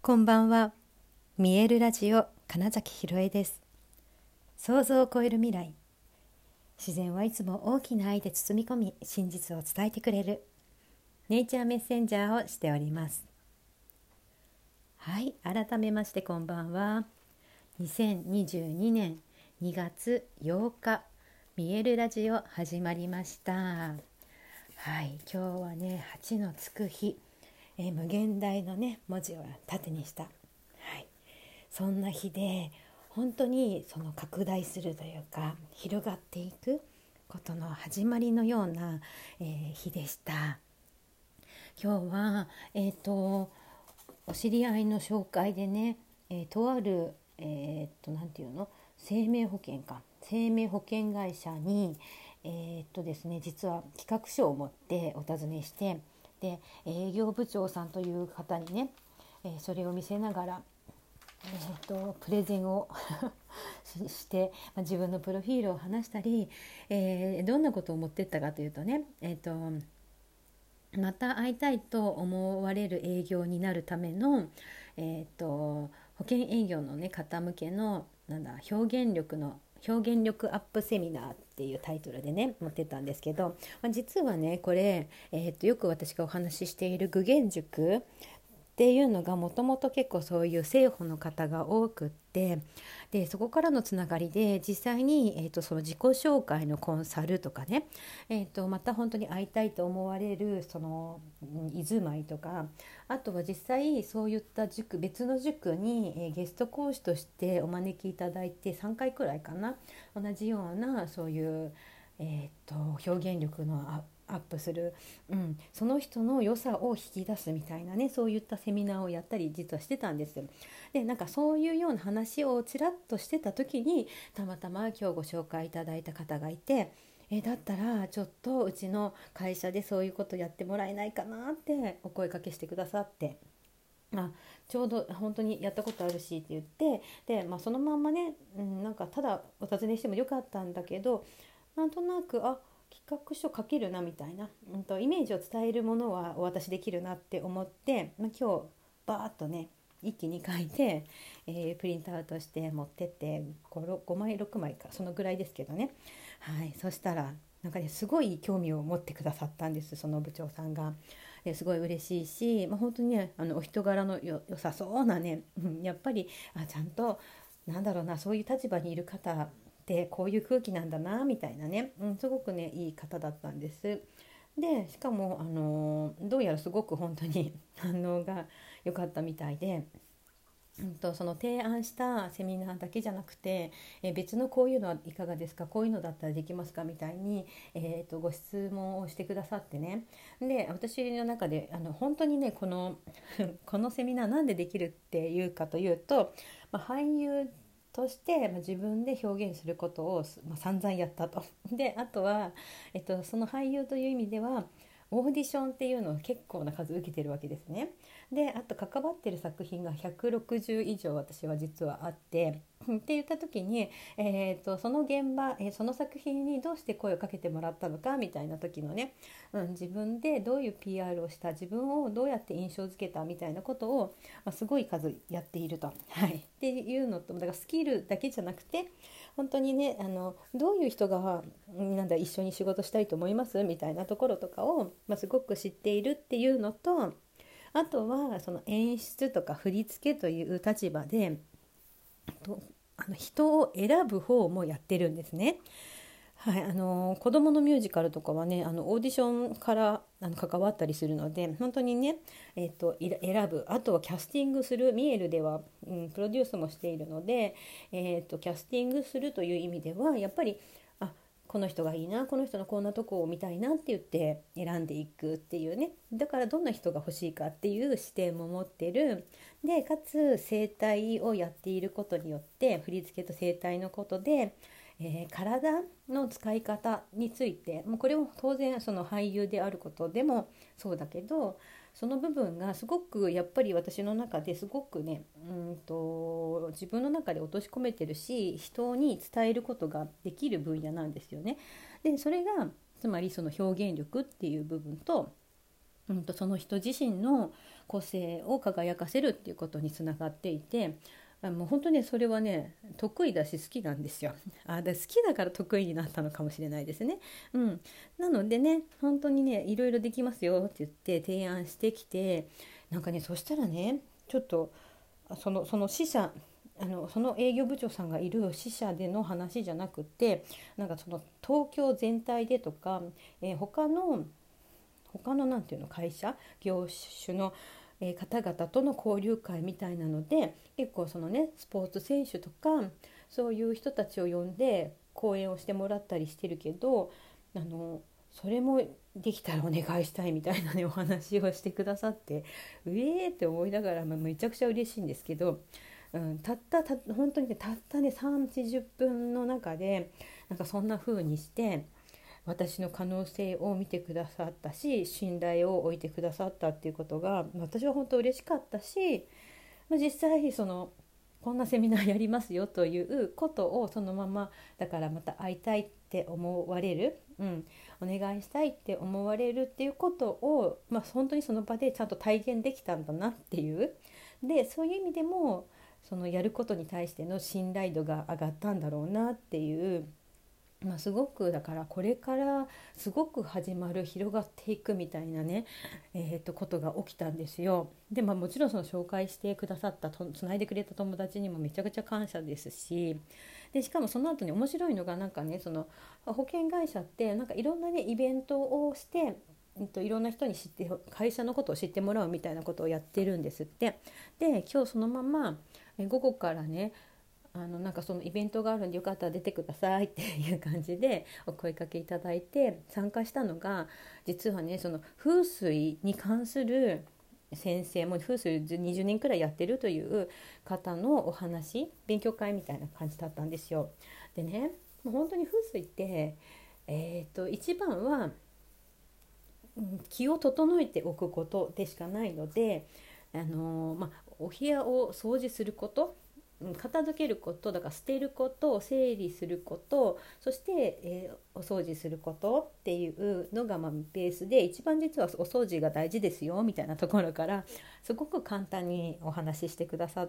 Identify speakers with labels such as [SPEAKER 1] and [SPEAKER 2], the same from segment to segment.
[SPEAKER 1] こんばんは。見えるラジオ金崎ひろえです。想像を超える未来。自然はいつも大きな愛で包み込み、真実を伝えてくれるネイチャーメッセンジャーをしております。はい、改めましてこんばんは。2022年2月8日、見えるラジオ始まりました。はい、今日はね、8のつく日、無限大のね文字を縦にした、そんな日で、本当にその拡大するというか広がっていくことの始まりのような、日でした。今日は、お知り合いの紹介でね、とある、なんていうの、生命保険会社に、ですね、実は企画書を持ってお尋ねして、で営業部長さんという方にね、それを見せながら、プレゼンをして、自分のプロフィールを話したり、どんなことを持ってったかというとね、また会いたいと思われる営業になるための、保険営業の、ね、方向けの表現力アップセミナーっていうタイトルでね持ってたんですけど、実はねこれ、よく私がお話ししている具現塾っていうのがもともと結構そういう生保の方が多くって、でそこからのつながりで実際に、その自己紹介のコンサルとかね、また本当に会いたいと思われるその居住まいとか、あとは実際そういった別の塾に、ゲスト講師としてお招きいただいて3回くらいかな、同じようなそういう、表現力のアップする、その人の良さを引き出すみたいなね、そういったセミナーをやったり実はしてたんですよ。でそういうような話をちらっとしてた時に、たまたま今日ご紹介いただいた方がいて、だったらちょっとうちの会社でそういうことやってもらえないかなってお声かけしてくださって、ちょうど本当にやったことあるしって言って、で、そのまんまね、ただお尋ねしてもよかったんだけど、なんとなく企画書書けるなみたいな、イメージを伝えるものはお渡しできるなって思って、今日バーッとね一気に書いて、プリントアウトして持ってって 5枚6枚かそのぐらいですけどね、そしたらすごい興味を持ってくださったんです、その部長さんが。すごい嬉しいし、本当にねお人柄の良さそうなね、やっぱりちゃんとそういう立場にいる方でこういう空気なんだなみたいなね、すごくねいい方だったんです。でしかもどうやらすごく本当に反応が良かったみたいで、その提案したセミナーだけじゃなくて、別のこういうのはいかがですか、こういうのだったらできますかみたいに、ご質問をしてくださってね。で私の中で本当にねこのセミナーなんでできるっていうかというと、俳優として、自分で表現することを、散々やったと。であとは、その俳優という意味ではオーディションっていうのを結構な数受けてるわけですね。であと関わってる作品が160以上私は実はあってって言った時に、その現場、その作品にどうして声をかけてもらったのかみたいな時のね、自分でどういう PR をした、自分をどうやって印象付けたみたいなことを、すごい数やっていると、っていうのと、だからスキルだけじゃなくて本当にねどういう人が一緒に仕事したいと思いますみたいなところとかを、すごく知っているっていうのと、あとはその演出とか振り付けという立場で人を選ぶ方もやってるんですね。子どものミュージカルとかはねオーディションから関わったりするので、本当にね、選ぶ、あとはキャスティングする、ミエルでは、プロデュースもしているので、キャスティングするという意味ではやっぱりこの人がいいな、この人のこんなとこを見たいなって言って選んでいくっていうね、だからどんな人が欲しいかっていう視点も持ってる。でかつ声帯をやっていることによって、振り付けと声帯のことで、体の使い方について、もうこれを当然その俳優であることでもそうだけど、その部分がすごくやっぱり私の中ですごくね、自分の中で落とし込めてるし、人に伝えることができる分野なんですよね。でそれがつまりその表現力っていう部分と、その人自身の個性を輝かせるっていうことにつながっていて、もう本当にそれはね得意だし好きなんですよ。好きだから得意になったのかもしれないですね。なのでね本当にねいろいろできますよって言って提案してきて、なんかねそしたらねちょっとその支社その営業部長さんがいる支社での話じゃなくて、なんかその東京全体でとか、他のなんていうの会社業種の方々との交流会みたいなので、結構そのねスポーツ選手とかそういう人たちを呼んで講演をしてもらったりしてるけど、それもできたらお願いしたいみたいなねお話をしてくださって、って思いながら、めちゃくちゃ嬉しいんですけど、本当にねたったね3、40分の中でなんかそんな風にして私の可能性を見てくださったし、信頼を置いてくださったっていうことが私は本当嬉しかったし、実際こんなセミナーやりますよということをそのままだからまた会いたいって思われる、お願いしたいって思われるっていうことを、本当にその場でちゃんと体現できたんだなっていう、でそういう意味でもそのやることに対しての信頼度が上がったんだろうなっていう、すごくだからこれからすごく始まる広がっていくみたいなね、ことが起きたんですよ。で、もちろんその紹介してくださったつないでくれた友達にもめちゃくちゃ感謝ですし、でしかもその後に面白いのがなんかね、その保険会社ってなんかいろんなねイベントをして、いろんな人に会社のことを知ってもらうみたいなことをやってるんですって。で今日そのまま午後からねなんかそのイベントがあるんでよかったら出てくださいっていう感じでお声かけいただいて参加したのが、実はねその風水に関する先生も風水20年くらいやってるという方のお話、勉強会みたいな感じだったんですよ。でねもう本当に風水って、一番は気を整えておくことでしかないので、お部屋を掃除すること、片付けること、だから捨てること、整理すること、そして、お掃除することっていうのがベースで、一番実はお掃除が大事ですよみたいなところからすごく簡単にお話ししてくださって、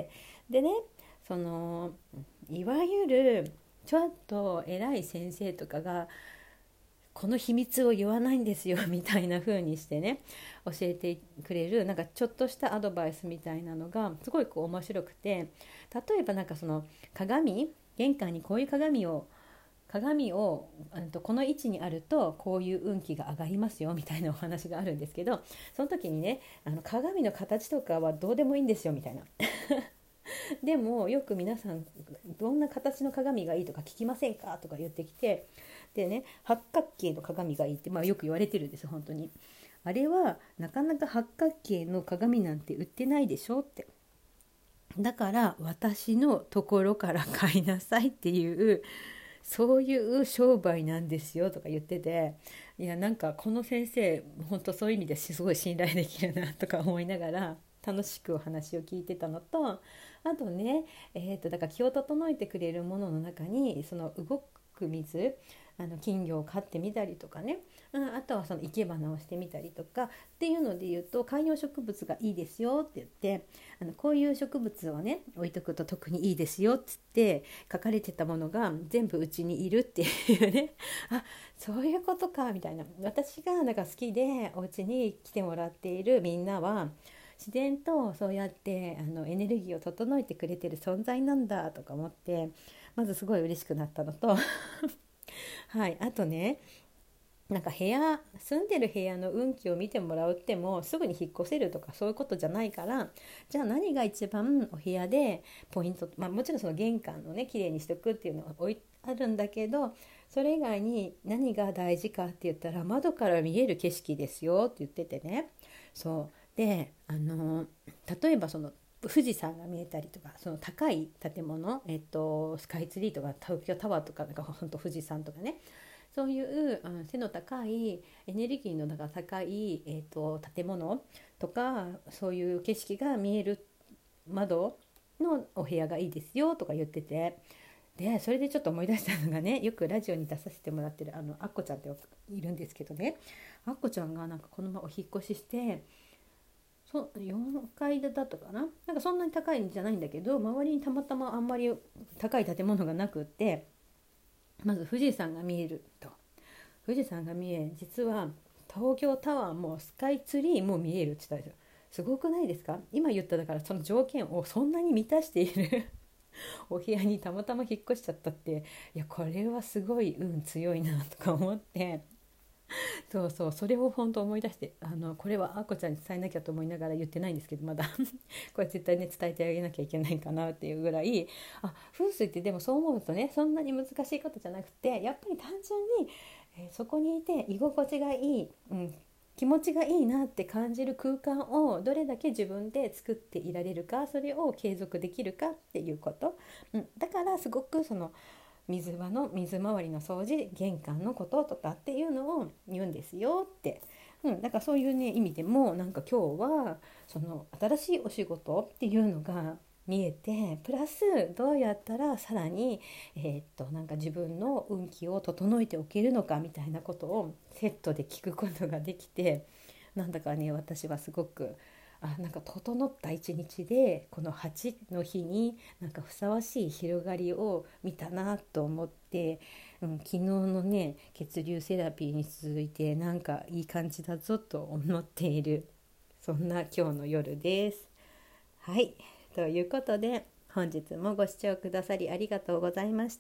[SPEAKER 1] でねいわゆるちょっと偉い先生とかがこの秘密を言わないんですよみたいな風にしてね教えてくれるなんかちょっとしたアドバイスみたいなのがすごい面白くて、例えばなんかその玄関にこういう鏡をこの位置にあるとこういう運気が上がりますよみたいなお話があるんですけど、その時にね鏡の形とかはどうでもいいんですよみたいなでもよく皆さんどんな形の鏡がいいとか聞きませんかとか言ってきて、でね八角形の鏡がいいって、よく言われてるんです本当に。あれはなかなか八角形の鏡なんて売ってないでしょって、だから私のところから買いなさいっていうそういう商売なんですよとか言ってて、いやなんかこの先生本当そういう意味ですごい信頼できるなとか思いながら楽しくお話を聞いてたのと、あとね、だから気を整えてくれるものの中にその動く水、金魚を飼ってみたりとかね、あとはその生け花をしてみたりとかっていうので言うと観葉植物がいいですよって言って、こういう植物をね置いとくと特にいいですよっつって書かれてたものが全部うちにいるっていうねそういうことかみたいな。私がなんか好きでお家に来てもらっているみんなは自然とそうやってエネルギーを整えてくれてる存在なんだとか思って、まずすごい嬉しくなったのとはい、あとねなんか住んでる部屋の運気を見てもらうってもすぐに引っ越せるとかそういうことじゃないから、じゃあ何が一番お部屋でポイント、もちろんその玄関のね綺麗にしとくっていうのがあるんだけど、それ以外に何が大事かって言ったら窓から見える景色ですよって言っててね。そうで例えばその富士山が見えたりとか、その高い建物、スカイツリーとか東京タワーとか、なんか本当富士山とかね、そういう、背の高いエネルギーの高い、建物とかそういう景色が見える窓のお部屋がいいですよとか言ってて、でそれでちょっと思い出したのがね、よくラジオに出させてもらってるあっこちゃんっているんですけどね、あっこちゃんがなんかこの前お引っ越しして、 4階だったかな、なんかそんなに高いんじゃないんだけど、周りにたまたまあんまり高い建物がなくって、まず富士山が見えると。富士山が見え、実は東京タワーもスカイツリーも見えるって言ったんですよ。すごくないですか？今言っただからその条件をそんなに満たしているお部屋にたまたま引っ越しちゃったって、いやこれはすごい運強いなとか思って、そうそう、それを本当思い出して、これはあこちゃんに伝えなきゃと思いながら言ってないんですけど、まだこれ絶対ね伝えてあげなきゃいけないかなっていうぐらい、風水ってでもそう思うとね、そんなに難しいことじゃなくて、やっぱり単純に、そこにいて居心地がいい、気持ちがいいなって感じる空間をどれだけ自分で作っていられるか、それを継続できるかっていうこと、だからすごくその水場の水回りの掃除、玄関のこととかっていうのを言うんですよって、だからそういうね意味でも、なんか今日はその新しいお仕事っていうのが見えて、プラスどうやったらさらに、なんか自分の運気を整えておけるのかみたいなことをセットで聞くことができて、なんだかね私はすごくなんか整った一日で、この8の日になんかふさわしい広がりを見たなと思って、昨日のね血流セラピーに続いてなんかいい感じだぞと思っている、そんな今日の夜です。はい、ということで本日もご視聴くださりありがとうございました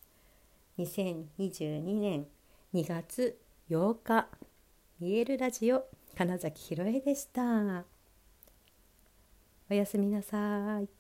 [SPEAKER 1] 。2022年2月8日、見えるラジオ金崎ひろえでした。おやすみなさい。